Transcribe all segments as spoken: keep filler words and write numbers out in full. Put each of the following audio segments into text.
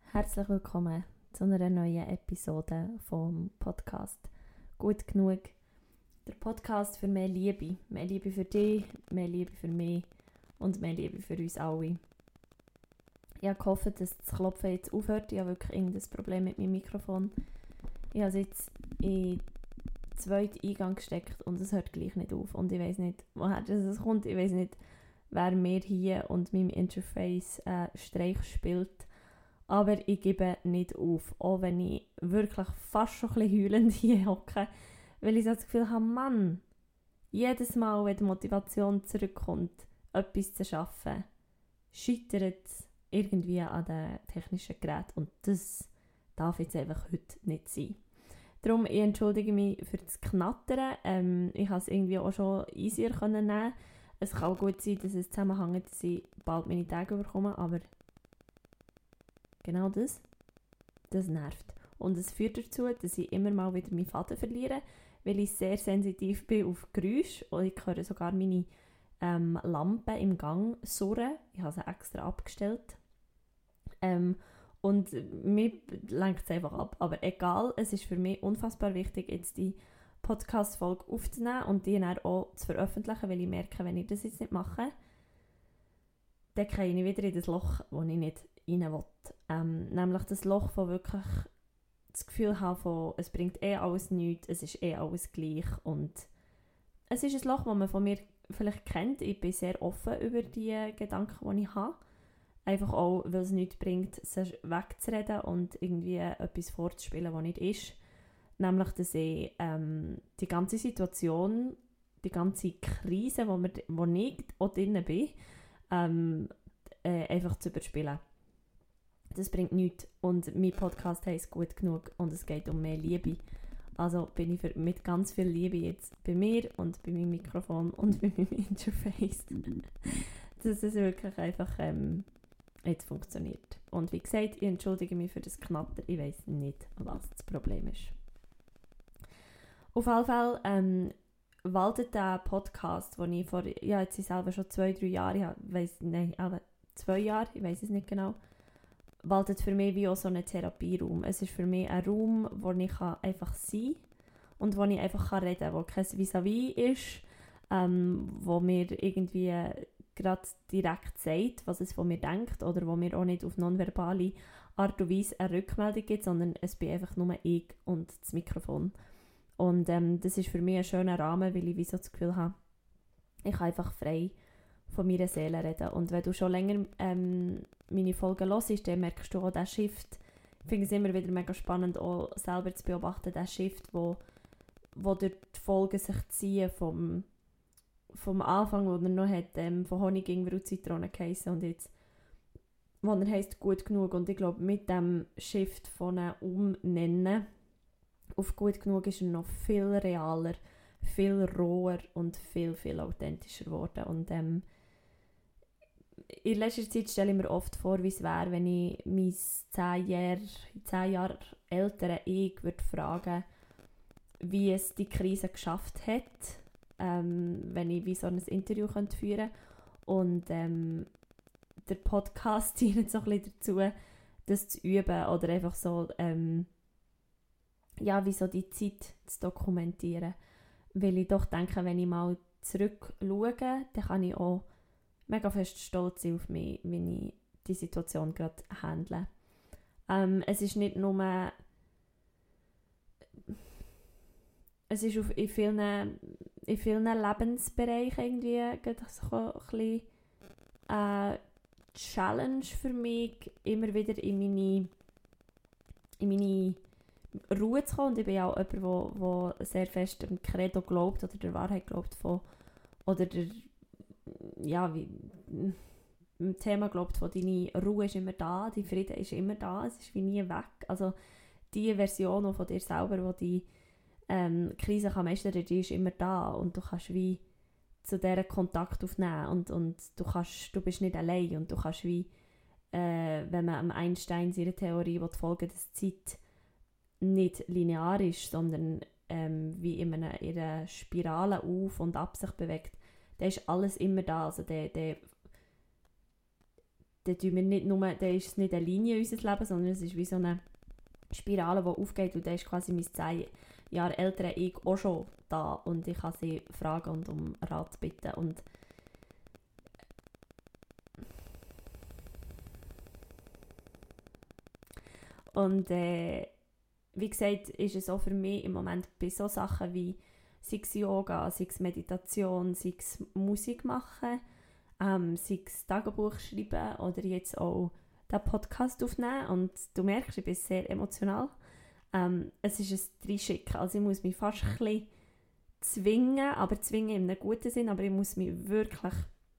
Herzlich willkommen zu einer neuen Episode vom Podcast «Gut genug». Der Podcast für mehr Liebe. Mehr Liebe für dich, mehr Liebe für mich und mehr Liebe für uns alle. Ich habe gehofft, dass das Klopfen jetzt aufhört. Ich habe wirklich irgendein Problem mit meinem Mikrofon. Ich habe es jetzt in den zweiten Eingang gesteckt und es hört gleich nicht auf. Und ich weiss nicht, woher das kommt. Ich weiss nicht, wer mir hier und meinem Interface äh, Streich spielt. Aber ich gebe nicht auf, auch wenn ich wirklich fast schon ein bisschen heulend hier hocke, weil ich so das Gefühl habe, Mann, jedes Mal, wenn die Motivation zurückkommt, etwas zu schaffen, scheitert es irgendwie an den technischen Geräten und das darf jetzt einfach heute nicht sein. Darum, ich entschuldige mich für das Knattern. Ähm, ich konnte es irgendwie auch schon easier nehmen. Es kann auch gut sein, dass es zusammenhängt, dass ich bald meine Tage bekomme, aber genau das, das nervt. Und es führt dazu, dass ich immer mal wieder meinen Faden verliere, weil ich sehr sensitiv bin auf Geräusche und ich höre sogar meine ähm, Lampen im Gang surren. Ich habe sie extra abgestellt. Ähm, und mir lenkt es einfach ab. Aber egal, es ist für mich unfassbar wichtig, jetzt die Podcast-Folge aufzunehmen und die dann auch zu veröffentlichen, weil ich merke, wenn ich das jetzt nicht mache, dann gehe ich wieder in das Loch, wo ich nicht rein will. Ähm, nämlich das Loch, wo wirklich das Gefühl habe, von, es bringt eh alles nichts, es ist eh alles gleich. Und es ist ein Loch, das man von mir vielleicht kennt. Ich bin sehr offen über die Gedanken, die ich habe. Einfach auch, weil es nichts bringt, sie wegzureden und irgendwie etwas vorzuspielen, was nicht ist. Nämlich, dass ich ähm, die ganze Situation, die ganze Krise, wo, wir, wo ich auch drin bin, ähm, äh, einfach zu überspielen. Das bringt nichts. Und mein Podcast heisst «Gut genug» und es geht um mehr Liebe. Also bin ich für, mit ganz viel Liebe jetzt bei mir und bei meinem Mikrofon und bei meinem Interface. Dass es wirklich einfach ähm, jetzt funktioniert. Und wie gesagt, ich entschuldige mich für das Knatter. Ich weiss nicht, was das Problem ist. Auf jeden Fall ähm, waltet der Podcast, den ich vor, ja jetzt sind selber schon zwei, drei Jahre, ich weiss, nein, aber zwei Jahre, ich weiss es nicht genau, waltet für mich wie auch so ein Therapieraum. Es ist für mich ein Raum, wo ich einfach sein kann und wo ich einfach reden kann, wo kein Vis-à-vis ist, ähm, wo mir irgendwie gerade direkt sagt, was es von mir denkt oder wo mir auch nicht auf nonverbale Art und Weise eine Rückmeldung gibt, sondern es bin einfach nur ich und das Mikrofon. Und ähm, das ist für mich ein schöner Rahmen, weil ich wie so das Gefühl habe, ich kann einfach frei von meiner Seele reden. Und wenn du schon länger ähm, meine Folgen hörst, dann merkst du auch diesen Shift. Ich finde es immer wieder mega spannend, auch selber zu beobachten, diesen Shift, wo, wo durch die Folgen sich ziehen vom, vom Anfang, wo er noch hat, ähm, von Honig, Ingwer und Zitrone geheissen und jetzt, wo er heisst «Gut genug». Und ich glaube, mit dem Shift von einem Umnennen auf «Gut genug» ist er noch viel realer, viel roher und viel, viel authentischer geworden. Und ähm, in letzter Zeit stelle ich mir oft vor, wie es wäre, wenn ich mein zehn Jahre, zehn Jahre ältere Ich würde fragen, wie es die Krise geschafft hat, ähm, wenn ich wie so ein Interview könnte führen könnte. Und ähm, der Podcast dient so ein bisschen dazu, das zu üben oder einfach so, ähm, ja, wie so die Zeit zu dokumentieren. Weil ich doch denke, wenn ich mal zurückschaue, dann kann ich auch mega fest stolz sein auf mich, wie ich die Situation gerade handle. Ähm, es ist nicht nur... Es ist auf, in, vielen, in vielen Lebensbereichen irgendwie so ein bisschen eine Challenge für mich, immer wieder in meine, in meine Ruhe zu kommen. Und ich bin auch jemand, der sehr fest dem Credo glaubt oder der Wahrheit glaubt von, oder der, ja, wie, im Thema glaubt von, deine Ruhe ist immer da, dein Frieden ist immer da, es ist wie nie weg. Also die Version von dir selber, die die ähm, Krise kann meistern, die ist immer da und du kannst wie zu dieser Kontakt aufnehmen und, und du, kannst, du bist nicht allein und du kannst wie, äh, wenn man am Einstein seiner Theorie folgen, dass Zeit nicht linear ist, sondern ähm, wie in einer, in einer Spirale auf und ab sich bewegt, dann ist alles immer da. Also der, der, dann, tun wir nicht nur, dann ist es nicht eine Linie in unser Leben, sondern es ist wie so eine Spirale, die aufgeht und dann ist quasi mein zehn Jahre ältere Ich auch schon da und ich kann sie fragen und um Rat bitten und und äh, wie gesagt, ist es auch für mich im Moment bei so Sachen wie sei es Yoga, sei es Meditation, sei es Musik machen, ähm, sei es Tagebuch schreiben oder jetzt auch den Podcast aufnehmen und du merkst, ich bin sehr emotional. Ähm, es ist ein Dreischicken, also ich muss mich fast ein bisschen zwingen, aber zwingen in einem guten Sinn, aber ich muss mich wirklich,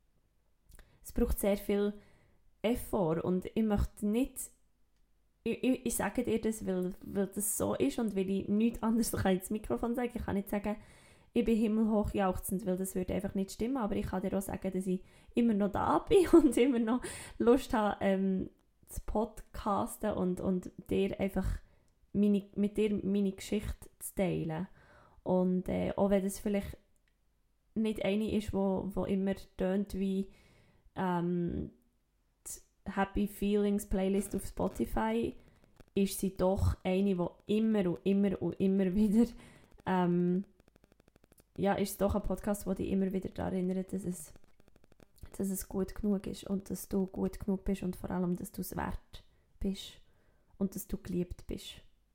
es braucht sehr viel Effort und ich möchte nicht, ich, ich, ich sage dir das, weil, weil das so ist und weil ich nichts anderes kann ins Mikrofon sagen. Ich kann nicht sagen, ich bin himmelhoch jauchzend, weil das würde einfach nicht stimmen, aber ich kann dir auch sagen, dass ich immer noch da bin und immer noch Lust habe, ähm, zu podcasten und, und dir einfach meine, mit dir meine Geschichte zu teilen. Und äh, auch wenn das vielleicht nicht eine ist, wo, wo immer tönt wie ähm, die Happy Feelings Playlist auf Spotify, ist sie doch eine, die immer und immer und immer wieder ähm, ja, ist es doch ein Podcast, der dich immer wieder daran erinnert, dass es, dass es gut genug ist und dass du gut genug bist und vor allem, dass du es wert bist und dass du geliebt bist.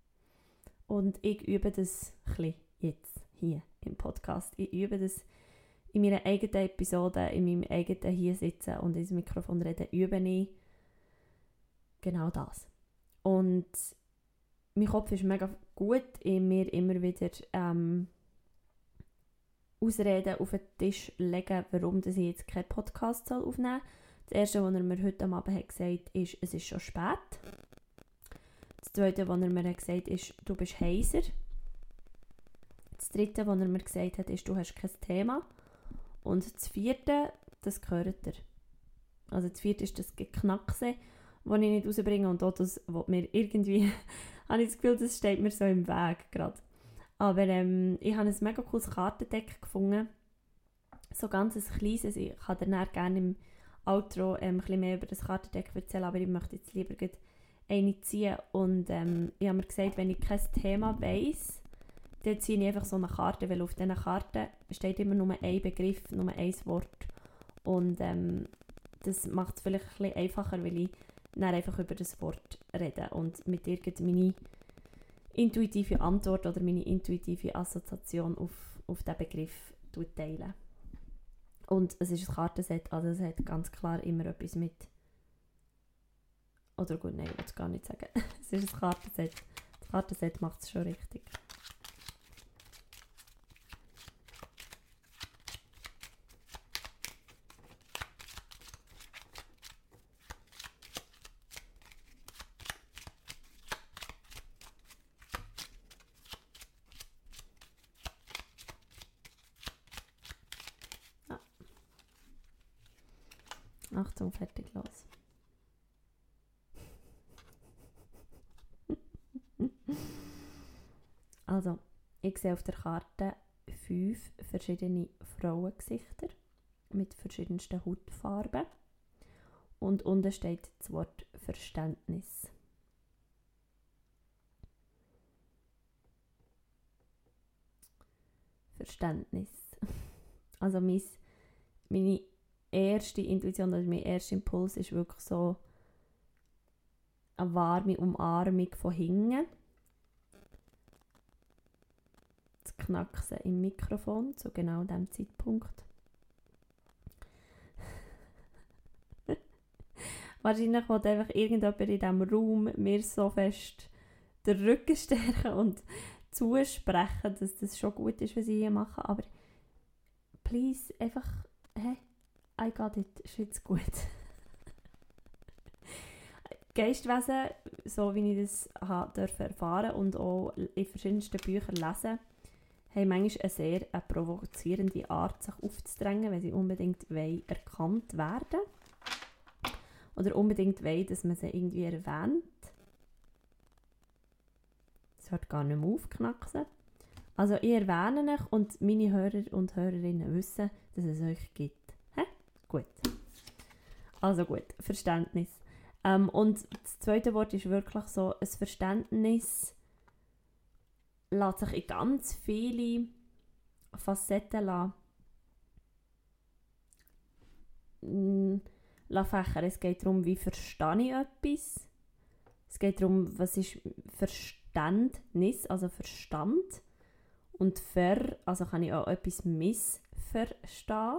Und ich übe das ein bisschen jetzt hier im Podcast. Ich übe das in meiner eigenen Episode, in meinem eigenen hier sitzen und ins Mikrofon reden, übe ich genau das. Und mein Kopf ist mega gut, in mir immer wieder ähm, Ausreden auf den Tisch legen, warum ich jetzt keinen Podcast aufnehmen soll. Das erste, was er mir heute Abend hat gesagt hat, ist, es ist schon spät. Das zweite, was er mir hat gesagt hat, ist, du bist heiser. Das dritte, was er mir gesagt hat, ist, du hast kein Thema. Und das vierte, das gehört dir. Also das vierte ist das Geknackse, das ich nicht rausbringe. Und auch das, was mir irgendwie, habe ich das Gefühl, das steht mir so im Weg gerade. Aber ähm, ich habe ein mega cooles Kartendeck gefunden. So ganz ein kleines. Ich kann dir dann gerne im Outro ähm, ein bisschen mehr über das Kartendeck erzählen, aber ich möchte jetzt lieber eine ziehen. Und ähm, ich habe mir gesagt, wenn ich kein Thema weiss, dann ziehe ich einfach so eine Karte, weil auf diesen Karten steht immer nur ein Begriff, nur ein Wort. Und ähm, das macht es vielleicht ein bisschen einfacher, weil ich dann einfach über das Wort rede und mit dir meine intuitive Antwort oder meine intuitive Assoziation auf, auf diesen Begriff teilen. Und es ist ein Kartenset, also es hat ganz klar immer etwas mit... Oder gut, nein, ich will es gar nicht sagen. Es ist ein Kartenset. Das Kartenset macht es schon richtig. Achtung, fertig, los. Also, ich sehe auf der Karte fünf verschiedene Frauengesichter mit verschiedensten Hautfarben. Und unten steht das Wort Verständnis. Verständnis. Also mein, meine erste Intuition, also mein erster Impuls ist wirklich so eine warme Umarmung von hinten. Das Knacksen im Mikrofon zu genau diesem Zeitpunkt. Wahrscheinlich wollte einfach irgendjemand in diesem Raum mir so fest den Rücken stärken und zusprechen, dass das schon gut ist, was ich hier mache. Aber please, einfach, hey, I got it, ist jetzt gut. Geistwesen, so wie ich das durfte erfahren und auch in verschiedensten Büchern lesen, haben manchmal eine sehr eine provozierende Art, sich aufzudrängen, wenn sie unbedingt wollen, erkannt werden oder unbedingt wollen, dass man sie irgendwie erwähnt. Das hört gar nicht mehr auf, Knacksen. Also ich erwähne euch und meine Hörer und Hörerinnen wissen, dass es euch gibt. Hä? Gut. Also gut, Verständnis. Ähm, und das zweite Wort ist wirklich so, ein Verständnis lässt sich in ganz viele Facetten lassen, mh, lassen fächern. Es geht darum, wie verstehe ich etwas. Es geht darum, was ist Verständnis, also Verstand. Und ver, also kann ich auch etwas missverstehen.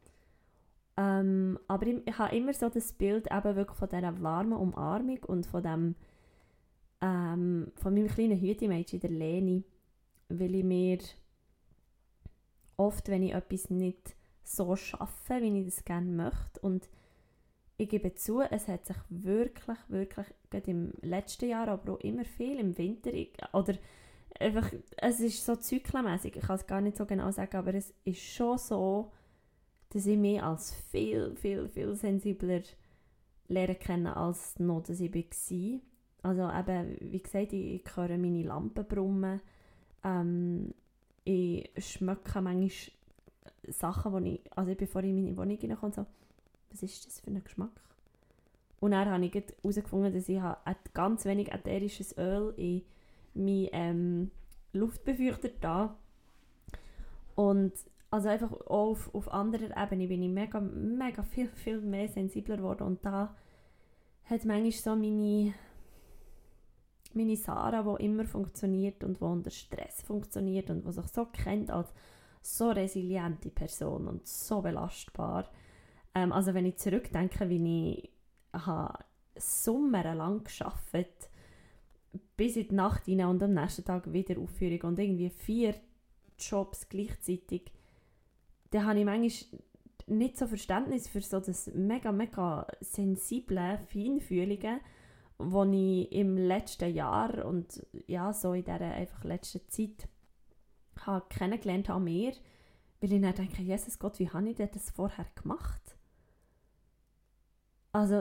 Ähm, aber ich, ich habe immer so das Bild eben wirklich von dieser warmen Umarmung und von dem ähm, von meinem kleinen Hütemädchen, der Leni, weil ich mir oft, wenn ich etwas nicht so schaffe, wie ich das gerne möchte, und ich gebe zu, es hat sich wirklich, wirklich, gerade im letzten Jahr, aber auch immer viel im Winter, ich, oder einfach, es ist so zyklenmässig, ich kann es gar nicht so genau sagen, aber es ist schon so, dass ich mich als viel, viel, viel sensibler lernen kennen, als noch, dass ich war. Also eben, wie gesagt, ich, ich höre meine Lampen brummen, ähm, ich schmecke manchmal Sachen, die ich, also bevor ich in meine Wohnung reinkomme, so, was ist das für ein Geschmack? Und dann habe ich herausgefunden, dass ich ganz wenig ätherisches Öl in meinen ähm, Luftbefeuchter da. Und also einfach auch auf, auf anderer Ebene bin ich mega, mega viel, viel mehr sensibler geworden. Und da hat manchmal so meine, meine Sarah, die immer funktioniert und die unter Stress funktioniert und die sich so kennt als so resiliente Person und so belastbar. Ähm, also wenn ich zurückdenke, wie ich habe sommerlang gearbeitet, bis in die Nacht hinein und am nächsten Tag wieder Aufführung und irgendwie vier Jobs gleichzeitig, dann habe ich manchmal nicht so Verständnis für so das mega, mega sensible, feinfühlige, das ich im letzten Jahr und ja, so in dieser einfach letzten Zeit habe kennengelernt habe, mehr, weil ich dann denke, Jesus Gott, wie habe ich das vorher gemacht? Also,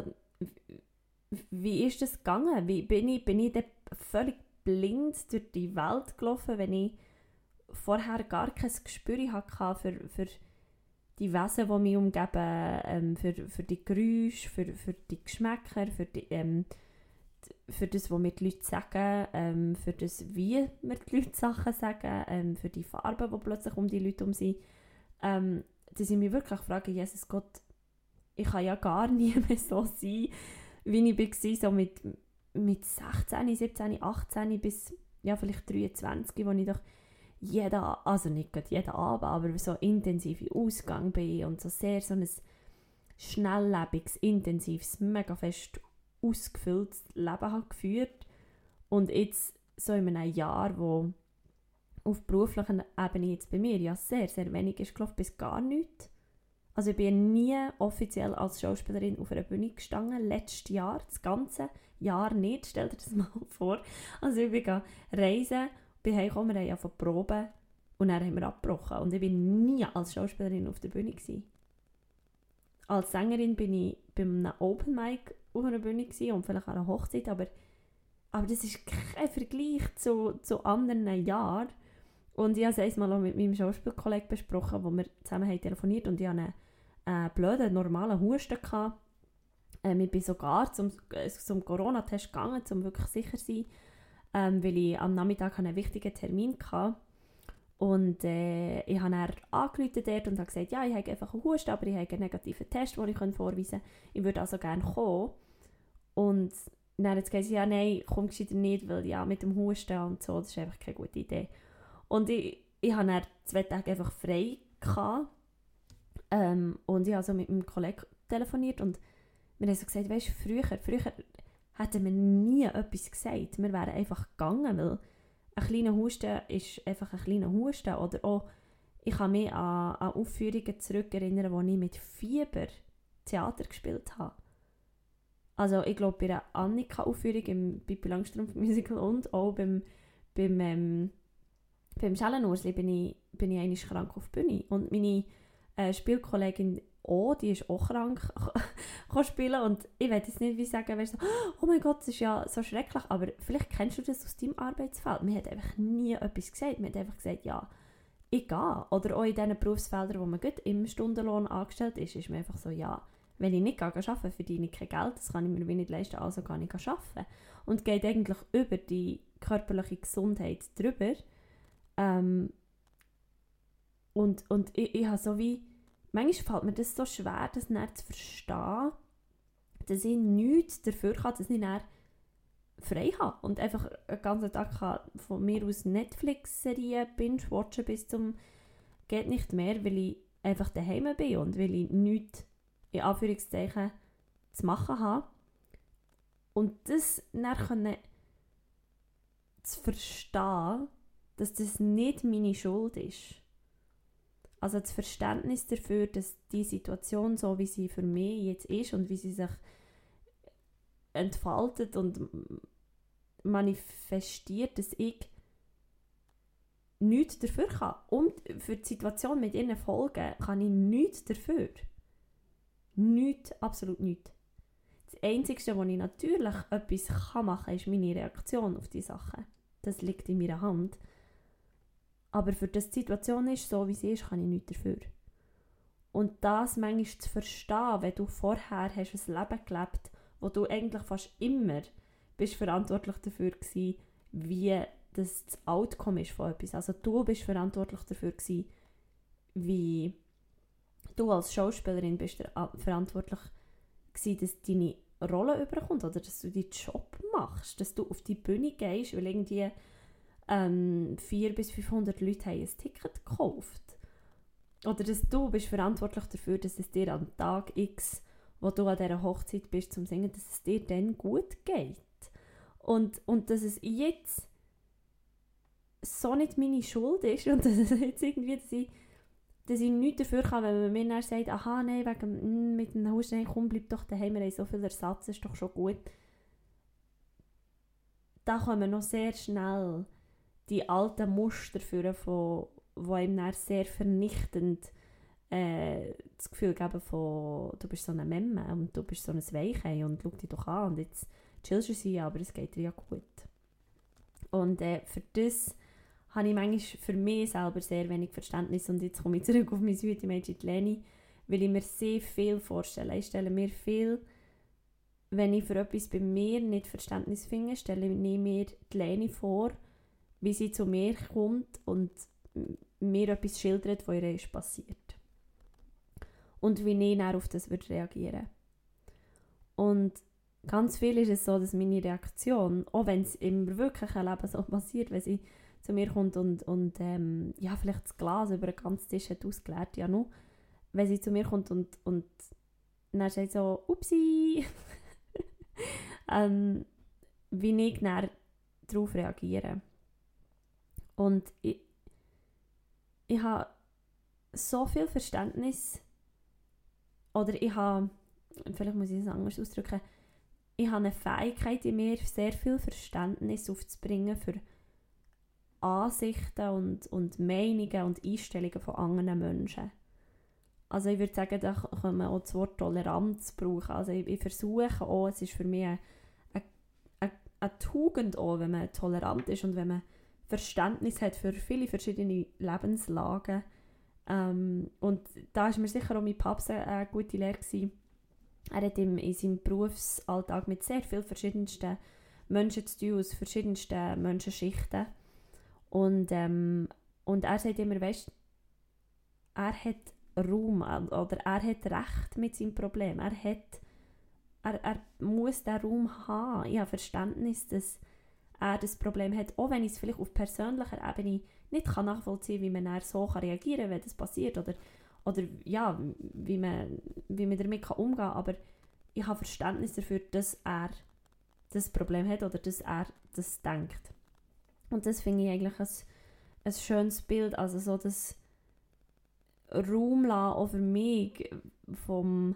wie ist das gegangen? Wie bin ich, bin ich dann völlig blind durch die Welt gelaufen, wenn ich vorher gar kein Gespür hatte für, für die Wesen, die mich umgeben, ähm, für, für die Geräusche, für, für die Geschmäcker, für, die, ähm, für das, was mir die Leute sagen, ähm, für das, wie mir die Leute Sachen sagen, ähm, für die Farben, die plötzlich um die Leute herum sind. Ähm, dass ich mich wirklich frage, Jesus Gott, ich kann ja gar nie mehr so sein, wie ich war, so mit, mit sechzehn, siebzehn, achtzehn bis ja, vielleicht dreiundzwanzig, wo ich doch jeden, also nicht gerade jeden Abend, aber so intensiv in Ausgang bin und so sehr so ein schnelllebiges, intensives, mega fest ausgefülltes Leben habe geführt. Und jetzt so in einem Jahr, wo auf beruflicher Ebene jetzt bei mir ja sehr, sehr wenig ist gelaufen, bis gar nichts. Also ich bin nie offiziell als Schauspielerin auf einer Bühne gestanden, letztes Jahr, das ganze Jahr nicht, stell dir das mal vor. Also ich bin reisen, bin heimgekommen, wir haben angefangen proben und dann haben wir abgebrochen. Und ich war nie als Schauspielerin auf der Bühne gewesen. Als Sängerin bin ich bei einem Open Mic auf einer Bühne gewesen und vielleicht an einer Hochzeit, aber, aber das ist kein Vergleich zu, zu anderen Jahren. Und ich habe es einmal auch mit meinem Schauspielkollegen besprochen, wo wir zusammen haben telefoniert und ich hatte einen äh, blöden, normalen Husten gehabt. Ähm, ich bin sogar zum, äh, zum Corona-Test gegangen, um wirklich sicher zu sein, ähm, weil ich am Nachmittag einen wichtigen Termin hatte. Und äh, ich habe dann angerufen dort und habe gesagt, ja, ich habe einfach einen Husten, aber ich habe einen negativen Test, den ich vorweisen kann. Ich würde also gerne kommen. Und dann hat sie gesagt, ja, nein, komm gescheiter nicht, weil ja, mit dem Husten und so, das ist einfach keine gute Idee. Und ich, ich hatte dann zwei Tage einfach frei gehabt. Ähm, und ich habe so mit meinem Kollegen telefoniert und wir haben so gesagt, weißt du, früher, früher hätten wir nie etwas gesagt. Wir wären einfach gegangen, weil ein kleiner Husten ist einfach ein kleiner Husten. Oder auch, ich kann mich an, an Aufführungen zurückerinnern, wo ich mit Fieber Theater gespielt habe. Also ich glaube, bei einer Annika-Aufführung im Pippi Langstrumpf Musical und auch beim, beim, ähm, beim Schellenursli bin ich, bin ich einmal krank auf der Bühne. Und meine äh, Spielkollegin auch, die ist auch krank spielen. Und ich will jetzt nicht wie sagen, wer so, oh mein Gott, das ist ja so schrecklich, aber vielleicht kennst du das aus deinem Arbeitsfeld. Man hat einfach nie etwas gesagt. Man hat einfach gesagt, ja, ich gehe. Oder auch in diesen Berufsfeldern, wo man gut im Stundenlohn angestellt ist, ist man einfach so, ja, wenn ich nicht arbeite, verdiene ich kein Geld, das kann ich mir wie nicht leisten, also gar nicht arbeiten. Und geht eigentlich über die körperliche Gesundheit drüber. Ähm, und und ich, ich habe so wie, manchmal fällt mir das so schwer, das nicht zu verstehen, dass ich nichts dafür kann, dass ich dann frei habe und einfach einen ganzen Tag kann von mir aus Netflix-Serien binge-watchen bis zum geht nicht mehr, weil ich einfach daheim bin und weil ich nichts in Anführungszeichen zu machen habe. Und das dann können zu verstehen, dass das nicht meine Schuld ist. Also das Verständnis dafür, dass die Situation, so wie sie für mich jetzt ist und wie sie sich entfaltet und manifestiert, dass ich nichts dafür kann. Und für die Situation mit ihren Folgen kann ich nichts dafür. Nichts, absolut nichts. Das Einzige, was ich natürlich etwas machen kann, ist meine Reaktion auf die Sachen. Das liegt in meiner Hand. Aber für das die Situation ist, so wie sie ist, kann ich nichts dafür. Und das manchmal zu verstehen, wenn du vorher hast ein Leben gelebt, wo du eigentlich fast immer bist verantwortlich dafür gewesen, wie das, das Outcome ist von etwas. Also du bist verantwortlich dafür gewesen, wie du als Schauspielerin bist der, verantwortlich gewesen, dass deine Rolle überkommt oder dass du deinen Job machst, dass du auf die Bühne gehst, weil irgendwie ähm, vierhundert bis fünfhundert Leute haben ein Ticket gekauft. Oder dass du bist verantwortlich dafür, dass es dir am Tag X, wo du an dieser Hochzeit bist zum Singen, dass es dir dann gut geht. Und, und dass es jetzt so nicht meine Schuld ist und dass es jetzt irgendwie, dass ich, dass ich nichts dafür kann, wenn man mir dann sagt, aha, nein, wegen, mit dem Haus, nein, komm, bleib doch daheim, wir haben so viel Ersatz, ist doch schon gut. Da kommen noch sehr schnell die alten Muster führen, von, die einem dann sehr vernichtend äh, das Gefühl geben von, du bist so eine Memme und du bist so ein Weichei und schau dich doch an und jetzt chillst du sie, aber es geht dir ja gut. Und äh, für das habe ich manchmal für mich selber sehr wenig Verständnis und jetzt komme ich zurück auf mein Sweetie Mädchen Leni, weil ich mir sehr viel vorstelle. Ich stelle mir viel, wenn ich für etwas bei mir nicht Verständnis finde, stelle ich mir die Leni vor, wie sie zu mir kommt und mir etwas schildert, was ihr ist passiert. Und wie ich dann auf das würde reagieren. Und ganz viel ist es so, dass meine Reaktion, auch wenn es im wirklichen Leben so passiert, wenn sie zu mir kommt und, und ähm, ja, vielleicht das Glas über den ganzen Tisch hat ausgeleert, ja nur, wenn sie zu mir kommt und, und dann sagt so, upsi, ähm, wie ich dann darauf reagiere. Und ich, ich habe so viel Verständnis, oder ich habe, vielleicht muss ich es anders ausdrücken, ich habe eine Fähigkeit in mir, sehr viel Verständnis aufzubringen für Ansichten und, und Meinungen und Einstellungen von anderen Menschen. Also ich würde sagen, da kann man auch das Wort Toleranz brauchen. Also ich, ich versuche auch, es ist für mich eine, eine, eine Tugend auch, wenn man tolerant ist und wenn man Verständnis hat für viele verschiedene Lebenslagen. Ähm, und da war mir sicher auch mein Papst eine gute Lehre gewesen. Er hat in, in seinem Berufsalltag mit sehr vielen verschiedensten Menschen zu tun, aus verschiedensten Menschenschichten. Und, ähm, und er sagt immer, weißt, er hat Raum oder er hat Recht mit seinem Problem. Er, hat, er, er muss diesen Raum haben. Ich habe Verständnis, dass er das Problem hat, auch wenn ich es vielleicht auf persönlicher Ebene nicht kann nachvollziehen kann, wie man dann so reagieren kann, wenn das passiert. Oder, oder ja, wie man, wie man damit kann umgehen kann. Aber ich habe Verständnis dafür, dass er das Problem hat oder dass er das denkt. Und das finde ich eigentlich ein, ein schönes Bild, also so das Raum lassen, auch für mich, vom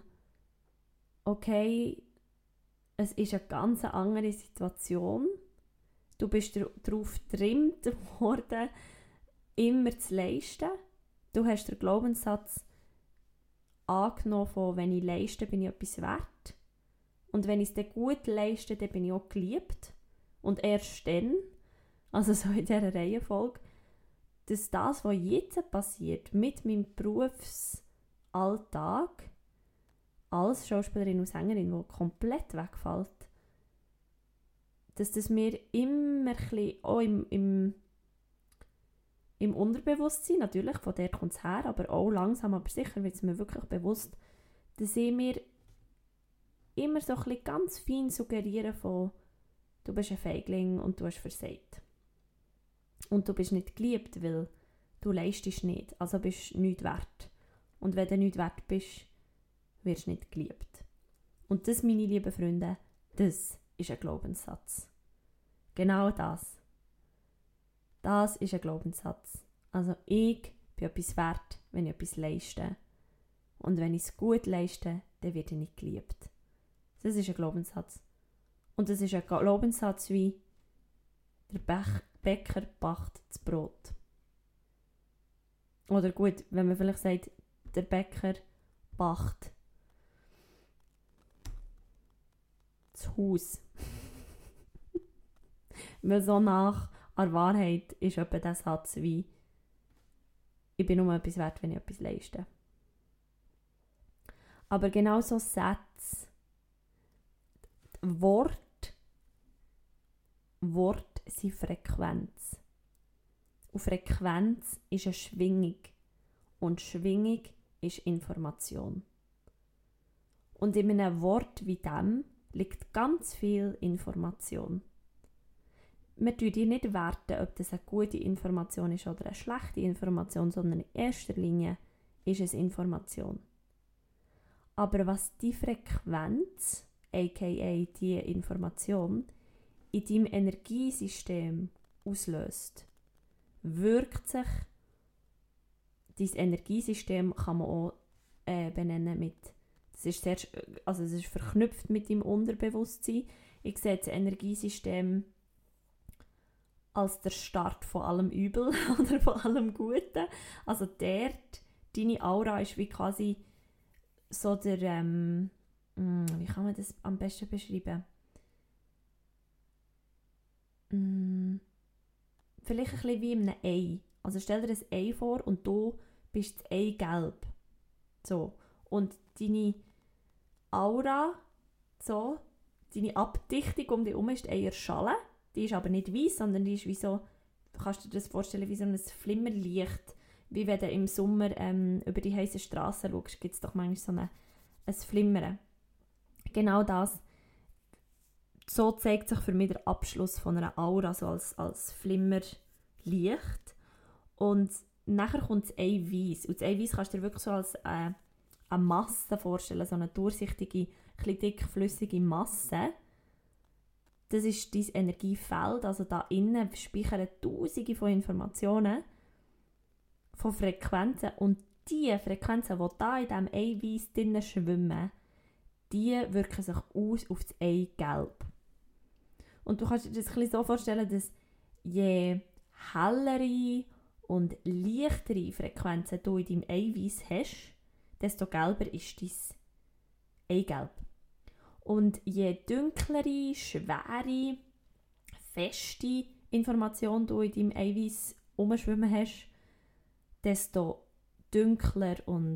okay, es ist eine ganz andere Situation, du bist darauf getrimmt worden, immer zu leisten, du hast den Glaubenssatz angenommen von, wenn ich leiste, bin ich etwas wert und wenn ich es dann gut leiste, dann bin ich auch geliebt und erst dann, also so in dieser Reihenfolge, dass das, was jetzt passiert, mit meinem Berufsalltag, als Schauspielerin und Sängerin, die komplett wegfällt, dass das mir immer ein bisschen, auch im, im, im Unterbewusstsein, natürlich, von der kommt es her, aber auch langsam, aber sicher wird es mir wirklich bewusst, dass ich mir immer so ein bisschen ganz fein suggeriere von, du bist ein Feigling und du hast versagt. Und du bist nicht geliebt, weil du leistest nicht, also bist du nichts wert. Und wenn du nichts wert bist, wirst du nicht geliebt. Und das, meine lieben Freunde, das ist ein Glaubenssatz. Genau das. Das ist ein Glaubenssatz. Also ich bin etwas wert, wenn ich etwas leiste. Und wenn ich es gut leiste, dann werde ich nicht geliebt. Das ist ein Glaubenssatz. Und das ist ein Glaubenssatz wie der Bech- Bäcker backt das Brot. Oder gut, wenn man vielleicht sagt, der Bäcker backt das Haus. Weil so nach der Wahrheit ist etwa der Satz wie ich bin nur etwas wert, wenn ich etwas leiste. Aber genau so Sätze, Wort, Wort sind Frequenz. Und Frequenz ist eine Schwingung. Und Schwingung ist Information. Und in einem Wort wie dem liegt ganz viel Information. Wir tun dir nicht werten, ob das eine gute Information ist oder eine schlechte Information, sondern in erster Linie ist es Information. Aber was die Frequenz, aka die Information, in deinem Energiesystem auslöst, wirkt sich, dein Energiesystem kann man auch äh, benennen mit, das ist, sehr, also es ist verknüpft mit deinem Unterbewusstsein. Ich sehe das Energiesystem als der Start von allem Übel oder von allem Guten. Also dort, deine Aura ist wie quasi so der, ähm, wie kann man das am besten beschreiben? Mm, vielleicht ein bisschen wie in einem Ei. Also stell dir ein Ei vor und du bist das Ei gelb. So. Und deine Aura, so, deine Abdichtung um dich herum ist die Eierschale. Die ist aber nicht weiß, sondern die ist wie so, du kannst dir das vorstellen, wie so ein Flimmerlicht. Wie wenn du im Sommer ähm, über die heiße Straße schaust, gibt es doch manchmal so eine, ein Flimmern. Genau das. So zeigt sich für mich der Abschluss von einer Aura, so als, als Flimmerlicht. Und nachher kommt das Eiweiß. Und das Eiweiß kannst du dir wirklich so als äh, eine Masse vorstellen, so eine durchsichtige, ein dickflüssige Masse. Das ist dein Energiefeld, also da innen speichern Tausende von Informationen, von Frequenzen. Und diese Frequenzen, die da in diesem Eiweiß drinnen schwimmen, die wirken sich aus auf das Eigelb. Und du kannst dir das ein bisschen so vorstellen, dass je hellere und leichtere Frequenzen du in deinem Eiweiß hast, desto gelber ist dein Eigelb. Und je dunklere, schwere, feste Information du in deinem Eiweiß umschwimmen hast, desto dunkler und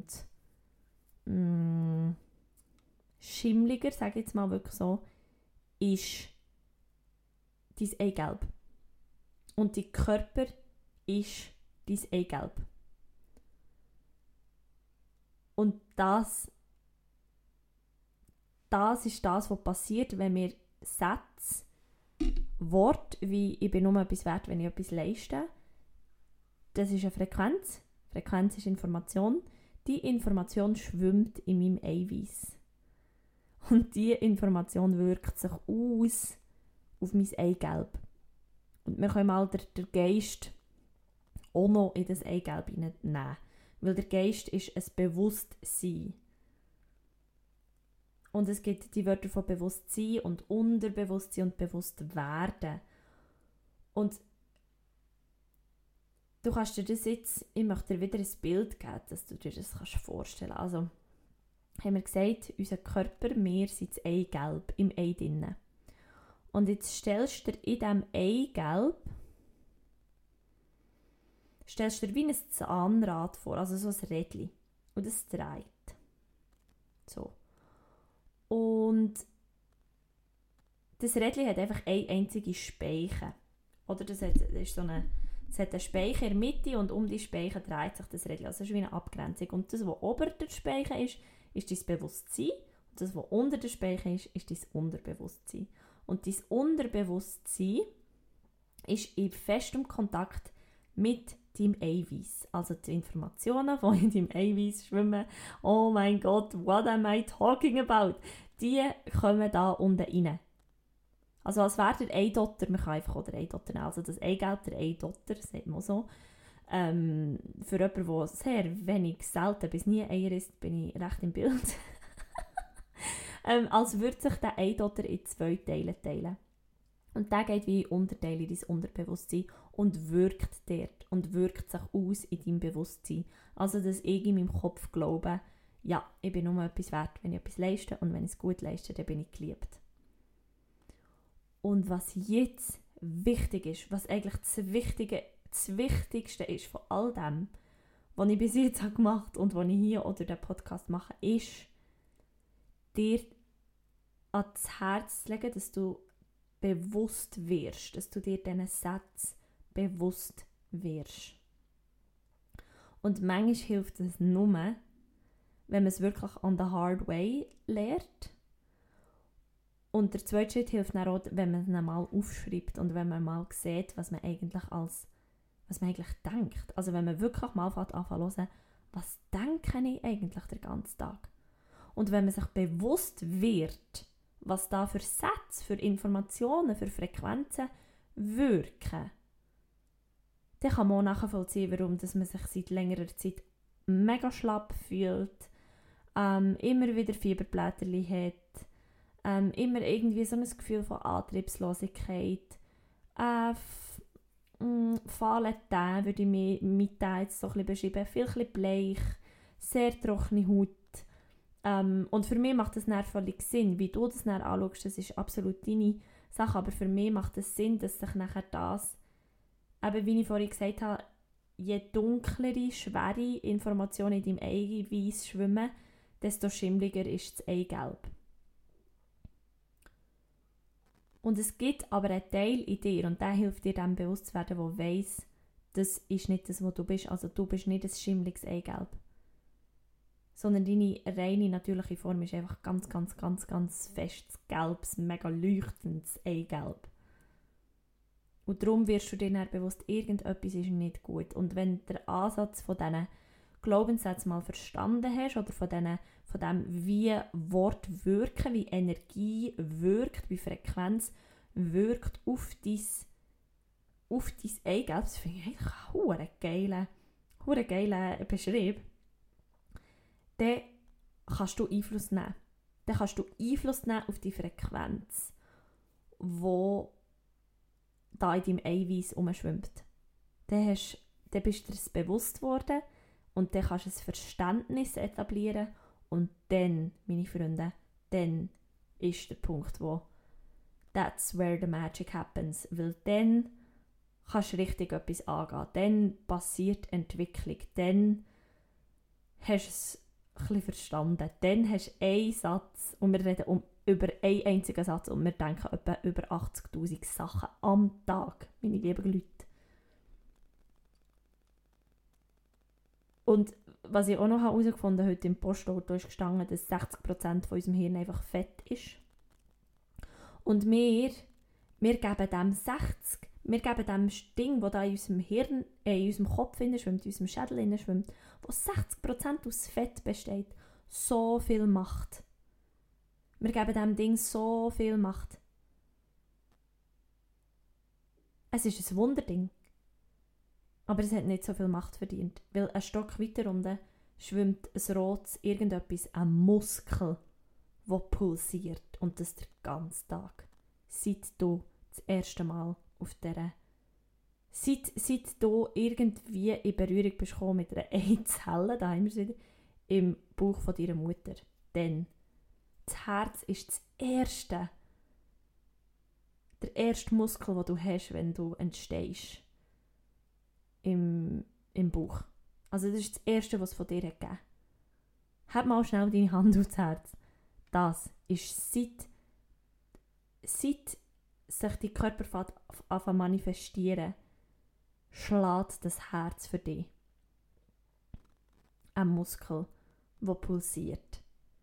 mm, schimmliger, sage ich jetzt mal wirklich so, ist dein Eigelb. Und dein Körper ist dein Eigelb. Und das, das ist das, was passiert, wenn wir Sätze, Worte wie «Ich bin nur etwas wert, wenn ich etwas leiste», das ist eine Frequenz. Frequenz ist Information. Die Information schwimmt in meinem Eiweiß. Und diese Information wirkt sich aus auf mein Eigelb. Und wir können mal den, den Geist auch noch in das Eigelb hineinnehmen. Weil der Geist ist ein Bewusstsein. Und es gibt die Wörter von Bewusstsein und Unterbewusstsein und Bewusstwerden. Und du kannst dir das jetzt, ich möchte dir wieder ein Bild geben, dass du dir das kannst vorstellen kannst. Also, haben wir gesagt, unser Körper, wir sind das Eigelb im Ei drin. Und jetzt stellst du dir in diesem Eigelb stellst du dir wie ein Zahnrad vor, also so ein Rädchen. Und es dreht. So. Und das Rädchen hat einfach eine einzige Speiche. Oder das, hat, das, ist so eine, das hat eine Speiche in der Mitte und um die Speiche dreht sich das Rädchen. Also das ist wie eine Abgrenzung. Und das, was ober der Speiche ist, ist dein Bewusstsein. Und das, was unter der Speiche ist, ist dein Unterbewusstsein. Und dein Unterbewusstsein ist in festem Kontakt mit deinem Eiweiß. Also die Informationen, die in deinem Eiweiß schwimmen, oh mein Gott, what am I talking about? Die kommen da unten rein. Also als wäre der Eidotter, man kann einfach auch den Eidotter nehmen, also das Eigelb, der Eidotter, sagt man so. Ähm, für jemanden, der sehr wenig, selten bis nie Eier isst, bin ich recht im Bild. ähm, als würde sich der Eidotter in zwei Teile teilen. Und der geht wie Unterteile in dein Unterbewusstsein und wirkt dort und wirkt sich aus in deinem Bewusstsein. Also dass ich in meinem Kopf glaube, ja, ich bin nur etwas wert, wenn ich etwas leiste und wenn ich es gut leiste, dann bin ich geliebt. Und was jetzt wichtig ist, was eigentlich das, Wichtige, das Wichtigste ist von all dem, was ich bis jetzt habe gemacht und was ich hier oder den Podcast mache, ist, dir ans Herz zu legen, dass du bewusst wirst, dass du dir diesen Satz bewusst wirst. Und manchmal hilft es nur, wenn man es wirklich on the hard way lernt. Und der zweite Schritt hilft dann auch, wenn man es mal aufschreibt und wenn man mal sieht, was man eigentlich als, was man eigentlich denkt. Also wenn man wirklich mal anfangen zu hören, was denke ich eigentlich den ganzen Tag? Und wenn man sich bewusst wird, was da für Sätze, für Informationen, für Frequenzen wirken, dann kann man auch nachvollziehen, warum dass man sich seit längerer Zeit mega schlapp fühlt, ähm, immer wieder Fieberblätterchen hat, ähm, immer irgendwie so ein Gefühl von Antriebslosigkeit, äh, f- mh, fahle Zähne würde ich mir mit jetzt so ein bisschen beschreiben, viel ein bisschen bleich, sehr trockene Haut. Ähm, und für mich macht das dann völlig Sinn, wie du das dann anschaust, das ist absolut deine Sache, aber für mich macht es Sinn, dass sich nachher das, eben wie ich vorhin gesagt habe, je dunklere, schwere Informationen in deinem Eiweiß schwimmen, desto schimmliger ist das Eigelb. Und es gibt aber einen Teil in dir, und der hilft dir dem bewusst zu werden, der weiss, das ist nicht das, was du bist. Also du bist nicht ein schimmliges Eigelb. Sondern deine reine, natürliche Form ist einfach ganz, ganz, ganz, ganz festes, gelbes, mega leuchtendes Eigelb. Und darum wirst du dir dann bewusst, irgendetwas ist nicht gut. Und wenn du den Ansatz von diesen Glaubenssätzen mal verstanden hast, oder von, diesen, von dem, wie Wort wirken, wie Energie wirkt, wie Frequenz wirkt auf dein, auf dein Eigelb, das finde ich eigentlich einen geilen, einen geilen Beschrieb, dann kannst du Einfluss nehmen. Dann kannst du Einfluss nehmen auf die Frequenz, die da in deinem Eiweiß herumschwimmt. Dann, hast, dann bist du dir bewusst worden und dann kannst du ein Verständnis etablieren und dann, meine Freunde, dann ist der Punkt, wo that's where the magic happens, weil dann kannst du richtig etwas angehen, dann passiert Entwicklung, dann hast du es ein bisschen verstanden, dann hast du einen Satz und wir reden um über einen einzigen Satz und wir denken etwa über achtzigtausend Sachen am Tag, meine lieben Leute. Und was ich auch noch herausgefunden habe, heute im Postauto ist gestanden, dass sechzig Prozent von unserem Hirn einfach Fett ist. Und wir, wir geben dem sechzig, wir geben dem Ding, das da in unserem Hirn, äh, in unserem Kopf schwimmt, in unserem Schädel schwimmt, wo sechzig Prozent aus Fett besteht, so viel Macht. Wir geben diesem Ding so viel Macht. Es ist ein Wunderding. Aber es hat nicht so viel Macht verdient. Weil ein Stock weiter unten schwimmt ein rotes irgendetwas, ein Muskel, der pulsiert. Und das den ganzen Tag. Seit du das erste Mal auf dieser... Seit, seit du irgendwie in Berührung bist mit einer Eizelle, da haben wir es wieder, im Bauch von deiner Mutter. Denn das Herz ist das erste, der erste Muskel, den du hast, wenn du entstehst im, im Bauch. Also das ist das erste, was es von dir gegeben hat. Halt mal schnell deine Hand aufs Herz. das ist seit, seit sich die Körper anfängt manifestieren, schlägt das Herz für dich. Ein Muskel, der pulsiert.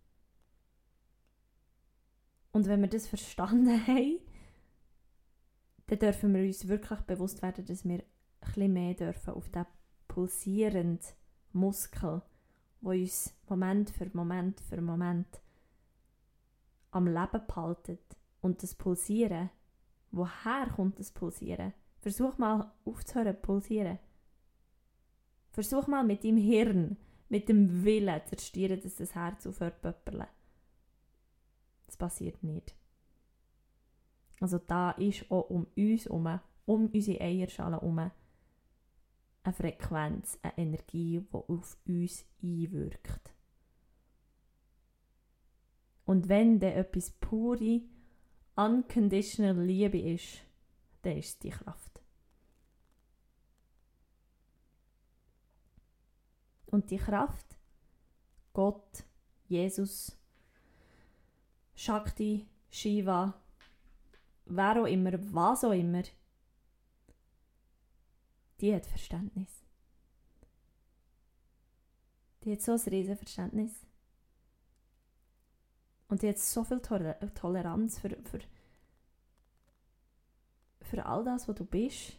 Und wenn wir das verstanden haben, dann dürfen wir uns wirklich bewusst werden, dass wir ein bisschen mehr dürfen auf diesen pulsierenden Muskel, der uns Moment für Moment für Moment am Leben behalten. Und das Pulsieren, woher kommt das Pulsieren? Versuch mal aufzuhören, pulsieren. Versuch mal mit deinem Hirn, mit dem Willen zu erstieren, dass das Herz aufhört zu pöppeln. Das passiert nicht. Also da ist auch um uns herum, um unsere Eierschale herum, eine Frequenz, eine Energie, die auf uns einwirkt. Und wenn dann etwas pure, unconditional Liebe ist, dann ist es die Kraft. Und die Kraft, Gott, Jesus, Shakti, Shiva, wer auch immer, was auch immer, die hat Verständnis. Die hat so ein riesen Verständnis. Und die hat so viel Tol- Toleranz für, für, für all das, was du bist.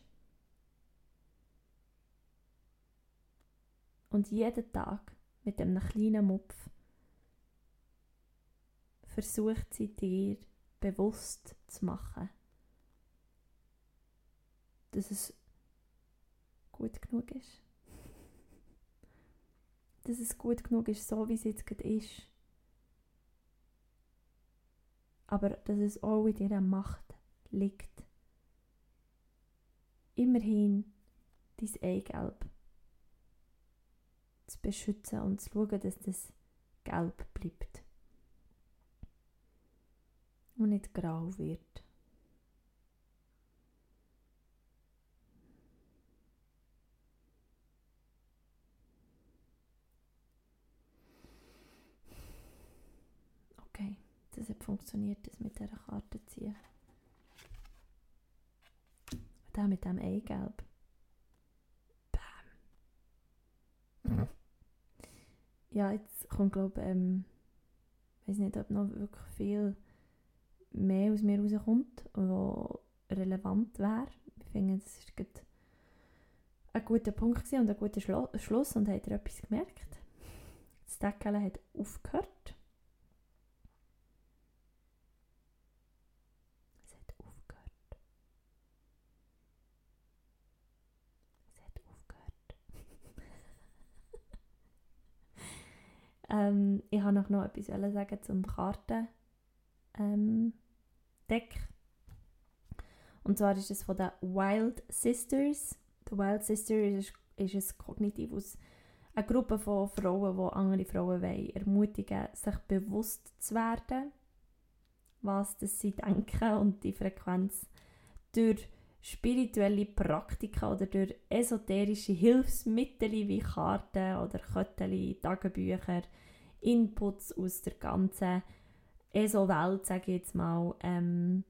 Und jeden Tag mit einem kleinen Mupf versucht sie dir bewusst zu machen, dass es gut genug ist. Dass es gut genug ist, so wie es jetzt gerade ist. Aber dass es auch in ihrer Macht liegt. Immerhin dein Eigelb zu beschützen und zu schauen, dass das gelb bleibt. Und nicht grau wird. Okay, das hat funktioniert, das mit dieser Karte ziehen. Und auch mit dem Eigelb. Bam. Ja, jetzt kommt, glaube ich, ähm, ich weiß nicht, ob noch wirklich viel mehr aus mir rauskommt, was relevant wäre. Ich finde, das ist gerade ein guter Punkt gewesen und ein guter Schlo- Schluss. Und habt ihr etwas gemerkt? Das Deckel hat aufgehört. Es hat aufgehört. Es hat aufgehört. ähm, ich wollte noch, noch etwas sagen zum Karten. Ähm, Deck. Und zwar ist es von den Wild Sisters. Die Wild Sisters ist, ist ein kognitives, eine Gruppe von Frauen, die andere Frauen wollen, ermutigen, sich bewusst zu werden, was das sie denken und die Frequenz durch spirituelle Praktika oder durch esoterische Hilfsmittel wie Karten oder Kötteli, Tagebücher, Inputs aus der ganzen ESO-Welt, sage ich jetzt mal, ähm,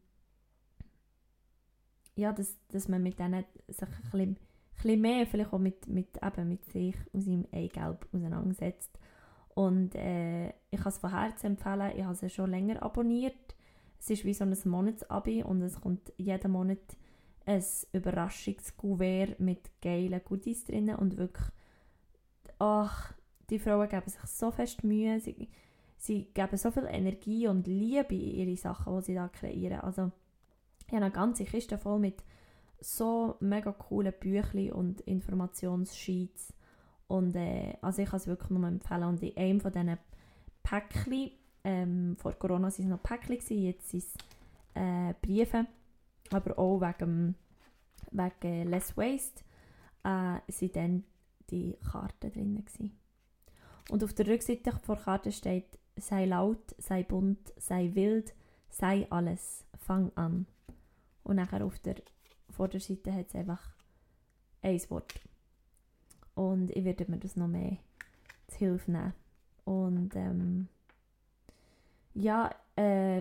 ja, dass, dass man mit denen sich ein bisschen, ein bisschen mehr vielleicht auch mit, mit, eben mit sich aus seinem Eigelb auseinandersetzt. Und äh, ich kann es von Herzen empfehlen, ich habe es schon länger abonniert. Es ist wie so ein Monatsabi und es kommt jeden Monat ein Überraschungskuvert mit geilen Goodies drin und wirklich, ach, die Frauen geben sich so fest Mühe, sie, sie geben so viel Energie und Liebe in ihre Sachen, die sie da kreieren. Also ich habe eine ganze Kiste voll mit so mega coolen Büchern und Informationssheets. Und äh, also ich kann es wirklich nur empfehlen. Und in einem von diesen Päckchen, ähm, vor Corona waren es noch Päckchen, jetzt sind es äh, Briefe, aber auch wegen, wegen Less Waste, äh, waren dann die Karten drin gewesen. Und auf der Rückseite der Karte steht: sei laut, sei bunt, sei wild, sei alles, fang an. Und nachher auf der Vorderseite hat es einfach ein Wort. Und ich werde mir das noch mehr zu Hilfe nehmen. Und ähm, Ja, äh,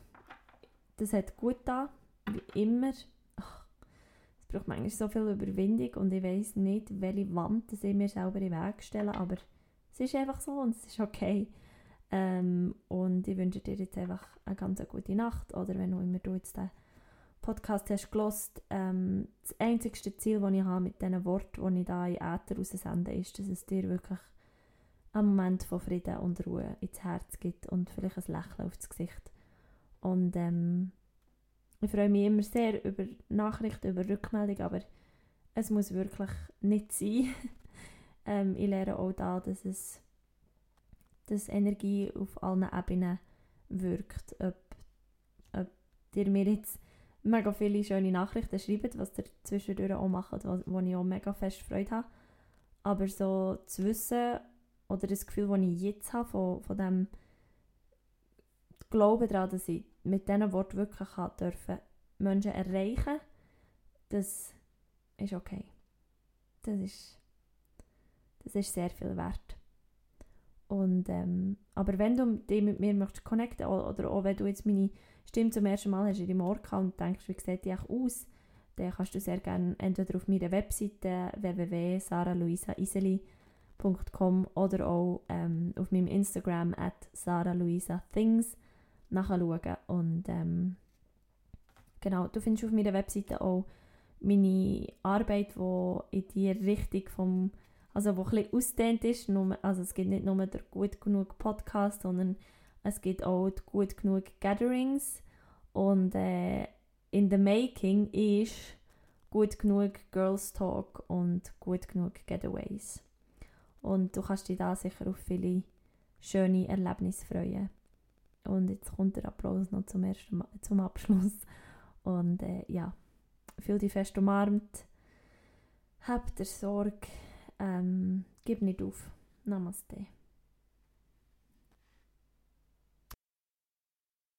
das hat gut getan, wie immer. Ach, es braucht manchmal so viel Überwindung und ich weiss nicht, welche Wand das ich mir selber in den Weg stelle, aber es ist einfach so und es ist okay. Ähm, und ich wünsche dir jetzt einfach eine ganz gute Nacht oder wenn auch immer du jetzt den Podcast hast gehört. Ähm, das einzigste Ziel, das ich habe mit diesen Worten, die ich da in Äther raussende, ist, dass es dir wirklich einen Moment von Frieden und Ruhe ins Herz gibt und vielleicht ein Lächeln aufs Gesicht. Und ähm, ich freue mich immer sehr über Nachrichten, über Rückmeldungen, aber es muss wirklich nicht sein. ähm, ich lerne auch da, dass es dass Energie auf allen Ebenen wirkt. Ob, ob ihr mir jetzt mega viele schöne Nachrichten schreibt, was ihr zwischendurch auch macht, wo, wo ich auch mega fest Freude habe. Aber so zu wissen oder das Gefühl, das ich jetzt habe, von, von dem Glauben daran, dass ich mit diesen Worten wirklich kann dürfen Menschen erreichen, das ist okay. Das ist, das ist sehr viel wert. Und, ähm, aber wenn du dich mit mir möchtest connecten oder, oder auch wenn du jetzt meine Stimme zum ersten Mal hast in deinem Ohr gehabt und denkst, wie sieht die aus, dann kannst du sehr gerne entweder auf meiner Webseite w w w punkt sarah luisa iseli punkt com oder auch ähm, auf meinem Instagram at sarah luisa things nachschauen. Und ähm, genau, du findest auf meiner Webseite auch meine Arbeit, die in die Richtung vom also wo ein bisschen ausgedehnt ist. Nur, also es gibt nicht nur der gut genug Podcast, sondern es gibt auch die gut genug Gatherings. Und äh, in the making ist gut genug Girls Talk und gut genug Getaways. Und du kannst dich da sicher auf viele schöne Erlebnisse freuen. Und jetzt kommt der Applaus noch zum, ersten Mal, zum Abschluss. Und äh, ja, fühl dich fest umarmt. Habt ihr Sorge. Ähm, gib nicht auf. Namaste.